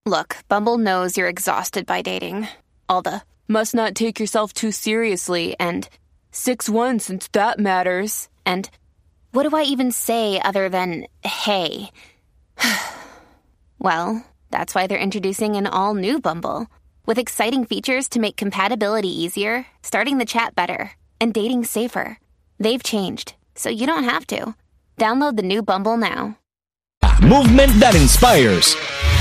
Look, Bumble knows you're exhausted by dating. All the must not take yourself too seriously and 6'1" since that matters. And what do I even say other than hey? Well, that's why they're introducing an all-new Bumble with exciting features to make compatibility easier, starting the chat better, and dating safer. They've changed, so you don't have to. Download the new Bumble now. Movement that inspires.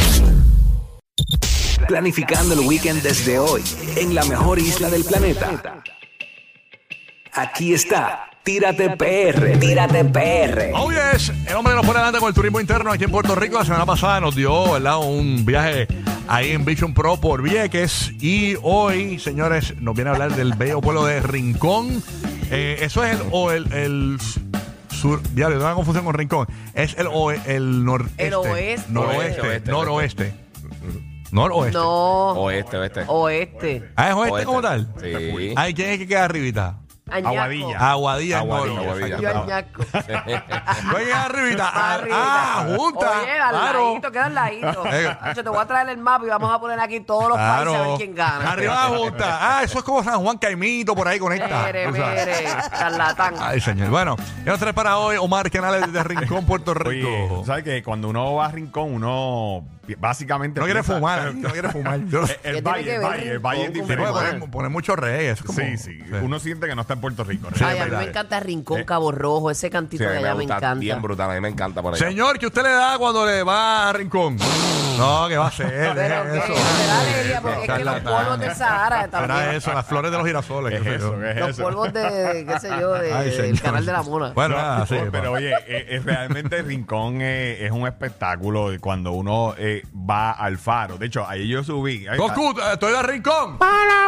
Planificando el weekend desde hoy, en la mejor isla del planeta. Aquí está, Tírate PR, Tírate PR. Oh yes, el hombre que nos pone adelante con el turismo interno aquí en Puerto Rico. La semana pasada nos dio, ¿verdad?, un viaje ahí en Vision Pro por Vieques. Y hoy, señores, nos viene a hablar del bello pueblo de Rincón. Eso es el sur, diablo, no hay confusión con Rincón. Es el noreste. El oeste. Noroeste. No. Oeste. Oeste. Ah, ¿es oeste como tal? Sí. Ay, ¿quién es el que queda arribita? Añasco. Aguadilla. Aguadilla. Yo Añasco. ¿Quién queda arribita? Arribita. Junta. Oye, al ladito, queda al ladito. Yo te voy a traer el mapa y vamos a poner aquí todos los países a ver quién gana. Arriba junta. Eso es como San Juan Caimito, por ahí conecta. Mire, charlatán. Ay, señor. Bueno, ya nos trae para hoy Omar Canales de Rincón, Puerto Rico. Oye, ¿sabes qué? Cuando uno va a Rincón, uno básicamente no quiere fumar. No quiere fumar. El valle es diferente. Pone mucho reggae. Sí. Uno siente que no está en Puerto Rico. Ay, a mí me encanta Rincón, Cabo Rojo, ese cantito de allá me encanta. Bien brutal, a mí me encanta por ahí. Señor, ¿qué usted le da cuando le va a Rincón? No, ¿qué va a hacer? Pero que eso. me da alegría porque es que los polvos de Sahara también. Era eso, las flores de los girasoles. ¿Qué es eso? Los polvos de, qué sé yo, del canal de la Mona. Bueno, sí. Pero oye, realmente Rincón es un espectáculo cuando uno va al faro. De hecho, ahí yo subí. Goku, estoy de Rincón.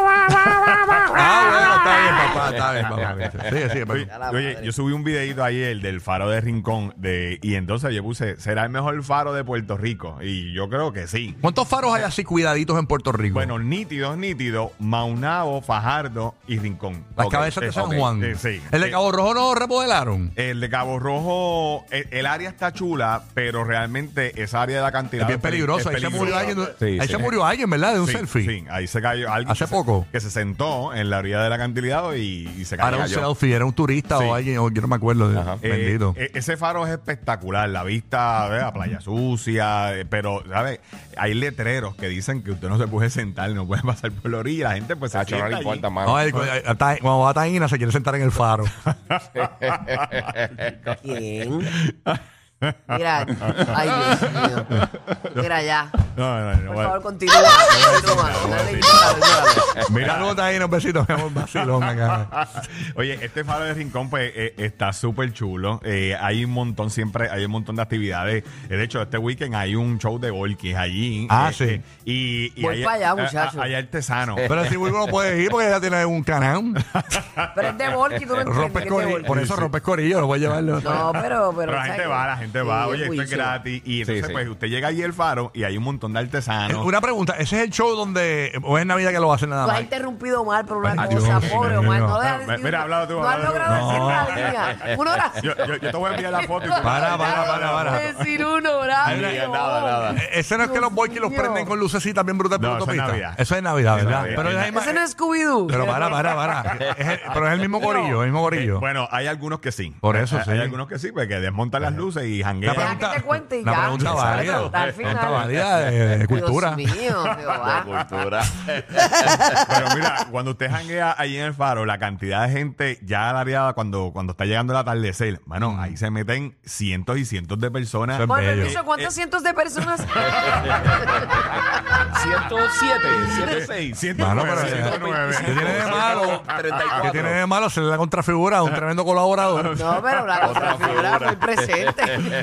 Está bien, papá. Sí. Oye, yo subí un videito ayer del faro de Rincón y entonces yo puse, ¿será el mejor faro de Puerto Rico? Y yo creo que sí. ¿Cuántos faros hay así cuidaditos en Puerto Rico? Bueno, nítidos, Maunabo, Fajardo y Rincón. Las cabezas de San Juan. Sí. ¿El de Cabo Rojo no remodelaron? El de Cabo Rojo, el área está chula, pero realmente esa área de la cantidad es bien peligroso. Ahí se murió alguien. Se murió alguien, ¿verdad? De un selfie. Sí, ahí se cayó alguien. Hace poco. Que se sentó en la orilla del acantilado y se cayó. Era un selfie, era un turista o alguien, yo no me acuerdo. Bendito. Ese faro es espectacular, la vista a Playa Sucia, pero, ¿sabes? Hay letreros que dicen que usted no se puede sentar, no puede pasar por la orilla. La gente pues se sienta no le importa, allí. mano. Cuando va a Taína se quiere sentar en el faro. ¿Quién? Mira, ay Dios mío. Mira ya. No, Por favor, continúa. Mira, no Taína, un besito, un vacilón acá. Oye, este faro de Rincón pues está súper chulo. Hay un montón de actividades. De hecho, este weekend hay un show de volquis allí. Sí. Y voy para allá, muchachos. Hay artesanos. Pero si Bulbo no puede ir porque ya tiene un canal. Pero es de volquis, tú no entiendes que es de volquis. Por eso rompes corillo, no puedes llevarlo. No, pero la gente va. Oye, esto es gratis. Y entonces, pues, usted llega allí al faro y hay un montón de artesanos. Una pregunta, ¿ese es el show donde o es Navidad que lo hacen nada más? más? Tú has interrumpido mal por una Ay, cosa, Dios, pobre Dios, Omar. Dios. No dejas decir. Mira, hablado tú. No has logrado decir una línea. Una oración. Yo te voy a enviar la foto. Para. Decir una oración. Nada. Ese no es que los volquis los prenden con lucecitas bien brutales por eso es autopista. Navidad. Eso es Navidad, ¿verdad? Pero ese no es Scooby-Doo. Pero para. Pero es el mismo corillo, Bueno, hay algunos que sí. Por eso sí. Hay algunos que sí, porque desmontan las luces y janguean. Deja que te cuente y la ya. pregunta válida. Al final. Pregunta válida de cultura. Dios mío, Jehová. Cultura. Pero mira, cuando usted janguea ahí en el faro, la cantidad de gente ya alardeada cuando está llegando el atardecer, bueno, ahí se meten cientos y cientos de personas. Con permiso, ¿cuántos cientos de personas? 107, 106. 109. ¿Qué tiene de malo? 34. ¿Qué tiene de malo? Se le da contrafigura a un tremendo colaborador. No, pero la contrafigura fue presente.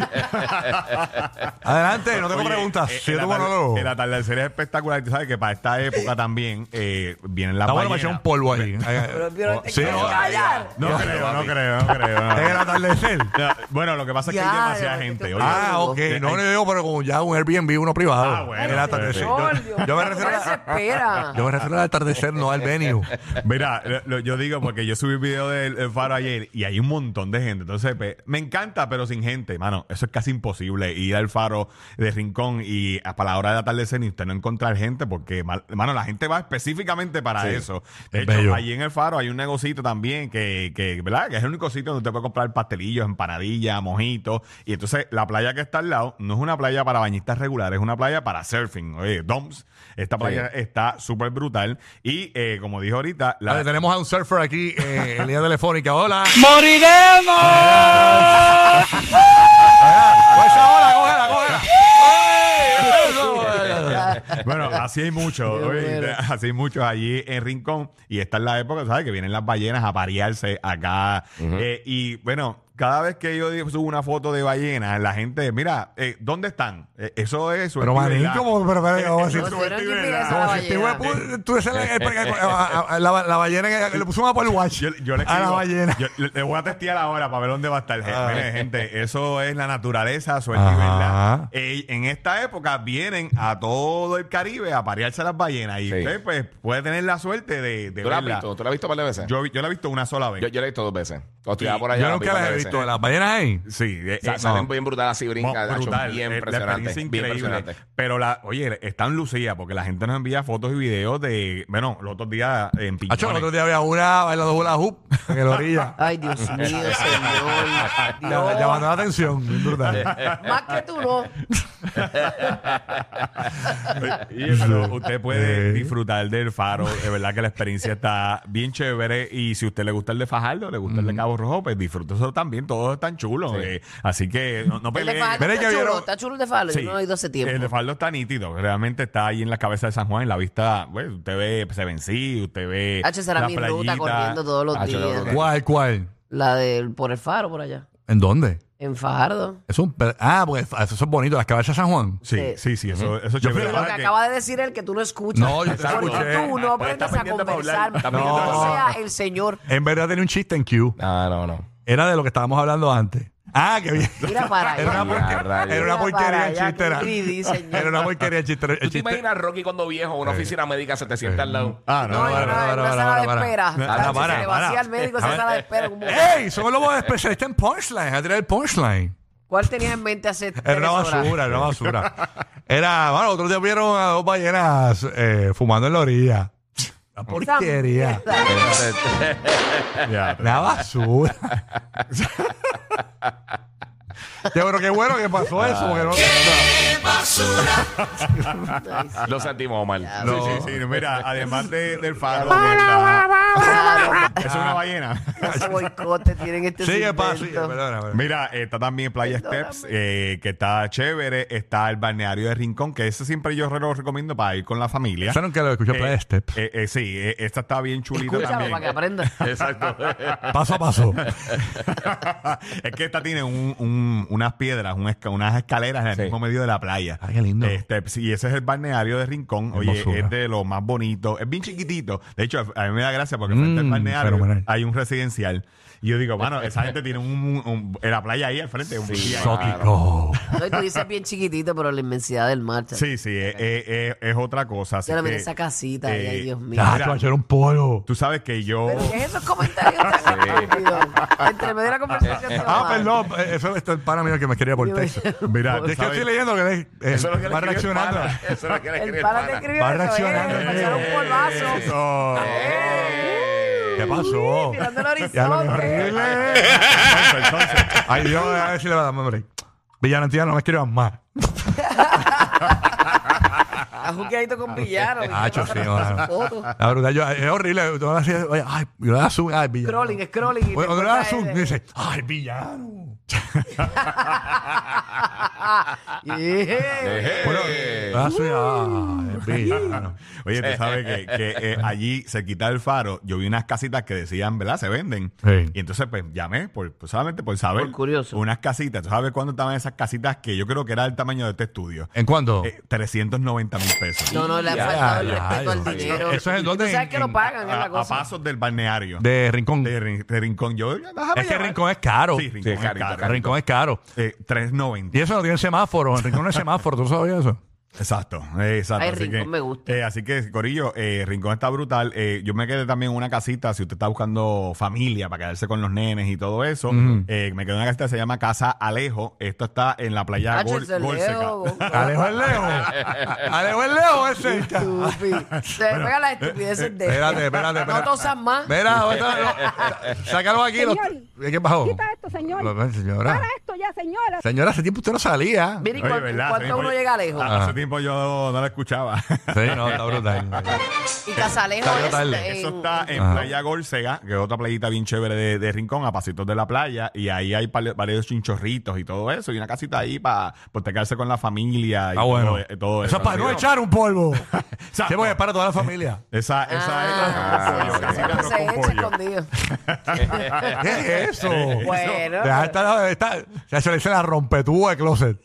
Adelante, no tengo preguntas. El atardecer es espectacular. Tú sabes que para esta época también vienen las ballenas. Bueno, me ballenas. eché un polvo ahí. Pero te quieres callar. No creo. En el atardecer. Bueno, lo que pasa es que hay demasiada gente. Oye, Ok. No le digo, pero como ya un Airbnb, uno privado. Bueno. El atardecer. Yo me refiero al atardecer, no al venue. Mira, yo digo porque yo subí el video del faro ayer y hay un montón de gente. Entonces, me encanta, pero sin gente. Mano, eso es casi imposible. Ir al faro de Rincón y para para la hora de atardecer y usted no encontrar gente, porque, mano, la gente va específicamente para eso. De hecho, bello. allí en el Faro hay un negocito también que, ¿verdad? Que es el único sitio donde usted puede comprar pastelillos, empanadillas, mojitos. Y entonces la playa que está al lado no es una playa para bañistas regulares, es una playa para surfing. Oye, DOMS. Esta playa está súper brutal. Y como dijo ahorita... Vale, tenemos a un surfer aquí en línea telefónica. ¡Hola! ¡Moriremos! ¡Cógela! Bueno, así hay muchos, así hay muchos allí en Rincón, y esta es la época, ¿sabes? Que vienen las ballenas a parearse acá. Y bueno, cada vez que yo subo una foto de ballenas, la gente, mira, ¿dónde están? Eso es... Pero manín, como... Pero, No sé, no tú la ballena que le puso un Apple Watch yo le a la ballena. Yo le voy a testear ahora para ver dónde va a estar. Mire, gente, eso es la naturaleza, suerte y verdad. En esta época vienen a todo el Caribe a parearse las ballenas, y usted pues puede tener la suerte de ¿Tú la has verla. visto? ¿Tú la has visto un par de veces? Yo la he visto una sola vez. Yo la he visto 2 veces. Por allá, Yo nunca las he visto. ¿Las ballenas ahí? Sí. Salen bien brutal así, brinca. Brutal. Bien La impresionante. experiencia Bien increíble. impresionante. Pero oye, están lucidas porque la gente nos envía fotos y videos de, bueno, los otros días en Piñones. El otro día había una bailando hula hoop en la orilla. Ay, Dios mío, señor. Dios. Llamando la atención. Bien brutal. Más que tú, no. Y eso, usted puede disfrutar del Faro. De verdad que la experiencia está bien chévere. Y si a usted le gusta el de Fajardo, le gusta el de Cabo Rojo, pues disfrute eso también. Todos están chulos. Así que no El de peleen. Fajardo Mira que está chulo, vieron- está chulo el de Fajardo. Sí. Yo no he ido hace tiempo. El de Faldo está nítido. Realmente está ahí en la cabeza de San Juan. En la vista, bueno, usted ve Sevencí, usted ve H será la mi ruta playita. corriendo todos los Hacho, días. loco. ¿Cuál? La del por el Faro, por allá. ¿En dónde? En Fajardo. Es un... porque eso es bonito. Las cabezas de San Juan. Sí, eso es chévere. Lo que Ahora que- acaba de decir él que tú no escuchas. No, yo te Porque escuché. tú no aprendes Está a pendiente para conversar. hablar. Está No pendiente para sea hablar. el señor. En verdad tenía un chiste en Q. No. Era de lo que estábamos hablando antes. Ah, qué bien. Mira para allá. Era una Ya, rayos. era una Mira porquería para el allá, chiste. Era, qué greedy, señor. era una porquería el chiste. El ¿Tú te chiste. imaginas a Rocky cuando viejo en una oficina médica se te sienta al lado? Ah, No, en una sala de espera. Se le vacía al médico esa sala de espera. Como... ¡Ey! Somos los especialistas en punchline. A tirar el punchline. ¿Cuál tenías en mente hacer? Era una basura, Era, bueno, otros días vieron a 2 ballenas fumando en la orilla. Una porquería. Ya. Una basura. Pero qué bueno que pasó eso. Porque Lo sentimos mal. Sí. Mira, además del Faro, es una ballena. Ese boicote tienen este sigue segmento. paso. Perdona. Mira, está también Playa Steps, que está chévere. Está el balneario de Rincón, que ese siempre yo lo recomiendo para ir con la familia. Eso nunca lo escuché Playa Steps. Sí, esta está bien chulito Escúchalo también. para que aprenda. Exacto. Paso a paso. Es que esta tiene unas piedras, unas escaleras en el Sí. mismo medio de la playa. Ay, qué lindo. Sí, ese es el balneario de Rincón. Oye, Hermosura. es de lo más bonito. Es bien chiquitito. De hecho, a mí me da gracia porque frente al balneario fenomenal. hay un residencial. Y yo digo, mano, esa gente tiene en la playa ahí al frente. Un Sí, Exótico. No, y tú dices bien chiquitito, pero la inmensidad del mar. Sí, es otra cosa. Así Ya mira que, esa casita. Ay, Dios mío. Ya, Mira. tú vas a echar un pollo. tú sabes que yo... ¿Pero qué es esos comentarios tan estúpidos? Entre medio de la conversación. te lo Ah, mando. perdón. Eso es el pana mío que me quería por texto. Mira, Es que ¿sabes? estoy leyendo que Eso es lo que le va escribió el reaccionando. pana. Eso es lo que le El escribió pana el te pana. escribió Va eso, reaccionando. me echaron un polvazo. Eso. ¿Qué pasó? Mirando el horizonte. Ya lo que horrible. Entonces, Ay, Dios, a ver si le va a dar memoria. Villanantía, no me escriban más. A juqueadito con villano. Hacho, sí, Villano, mano. foto. La verdad, es horrible. Tú vas así, oye, ay, yo le das zoom, ay, villano. Scrolling. y Cuando te le das encuentras zoom, ese. dice, ay, villano. Yeah. Bueno, le das zoom, ay, villano. oye, tú sabes que allí, cerquita del Faro, yo vi unas casitas que decían, ¿verdad? Se venden. Sí. Y entonces, pues, llamé, solamente por saber. Por curioso. Unas casitas. ¿Tú sabes cuándo estaban esas casitas que yo creo que era el tamaño de este estudio? ¿En cuánto? 390,000 pesos. No, le ha Ya, faltado el ya, respeto al ya. dinero. Eso es en donde, Tú sabes que lo pagan, es la A cosa. pasos del balneario. De Rincón. De Rincón. Yo, déjame Es que llevar. Rincón es caro. Sí, Rincón Sí, es carito, caro. carito. Rincón es caro. 390. Y eso no tiene semáforo. En Rincón no hay semáforo. ¿Tú sabías eso? Exacto. Ay, Así Rincón que, me gusta. así que, Corillo, Rincón está brutal. Yo me quedé también en una casita, si usted está buscando familia para quedarse con los nenes y todo eso. Me quedé en una casita que se llama Casa Alejo. Esto está en la playa Górseca. Alejo el Leo. Alejo el Leo ese. Estúpido. Se me pegan las estupideces de Espérate. No tosan más. Mira, sácalo aquí. Señor, ¿Qué pasó? quita esto, señor. Señora. Para esto ya, señora. Señora, hace tiempo usted no salía. Mira, ¿y Oye, ¿verdad? cuánto uno llega lejos? Hace tiempo yo no la escuchaba. Sí, no, está brutal. Y Casalejo Salió tarde. Eso está en Playa Górcega, que es otra playita bien chévere de Rincón, a pasitos de la playa. Y ahí hay varios chinchorritos y todo eso. Y una casita ahí para quedarse con la familia y bueno. todo Eso eso. es para no echar un polvo. Exacto. Sí, porque es para toda la familia. Esa es casita de arroz se con echa pollo. escondido. ¿Qué es eso? Bueno. Deja ya se le dice la rompetúa de closet.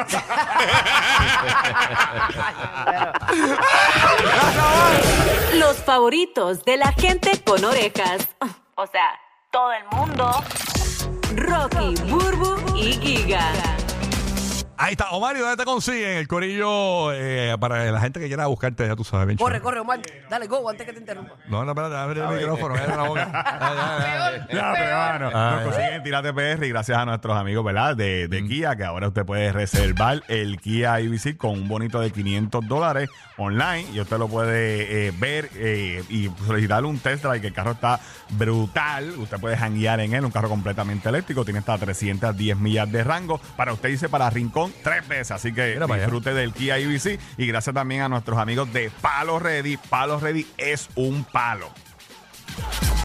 Los favoritos de la gente con orejas. O sea, todo el mundo. Rocky, Burbu y Giga. Ahí está. Omario, ¿dónde te consiguen? El corillo, para la gente que quiera buscarte, ya tú sabes. Bien Corre, chévere. corre, Omar. Dale, go, antes que te interrumpa. No, espérate, abre el micrófono, abre la boca. Ya, pero bueno, nos consiguen Tírate PR y gracias a nuestros amigos, ¿verdad? De Kia, que ahora usted puede reservar el Kia EV6 con un bonito de $500 online y usted lo puede ver y solicitarle un test drive, que el carro está brutal. Usted puede janguear en él, un carro completamente eléctrico, tiene hasta 310 millas de rango. Para usted irse para Rincón 3 veces, así que disfrute del Kia EV6 y gracias también a nuestros amigos de Palo Ready. Palo Ready es un palo.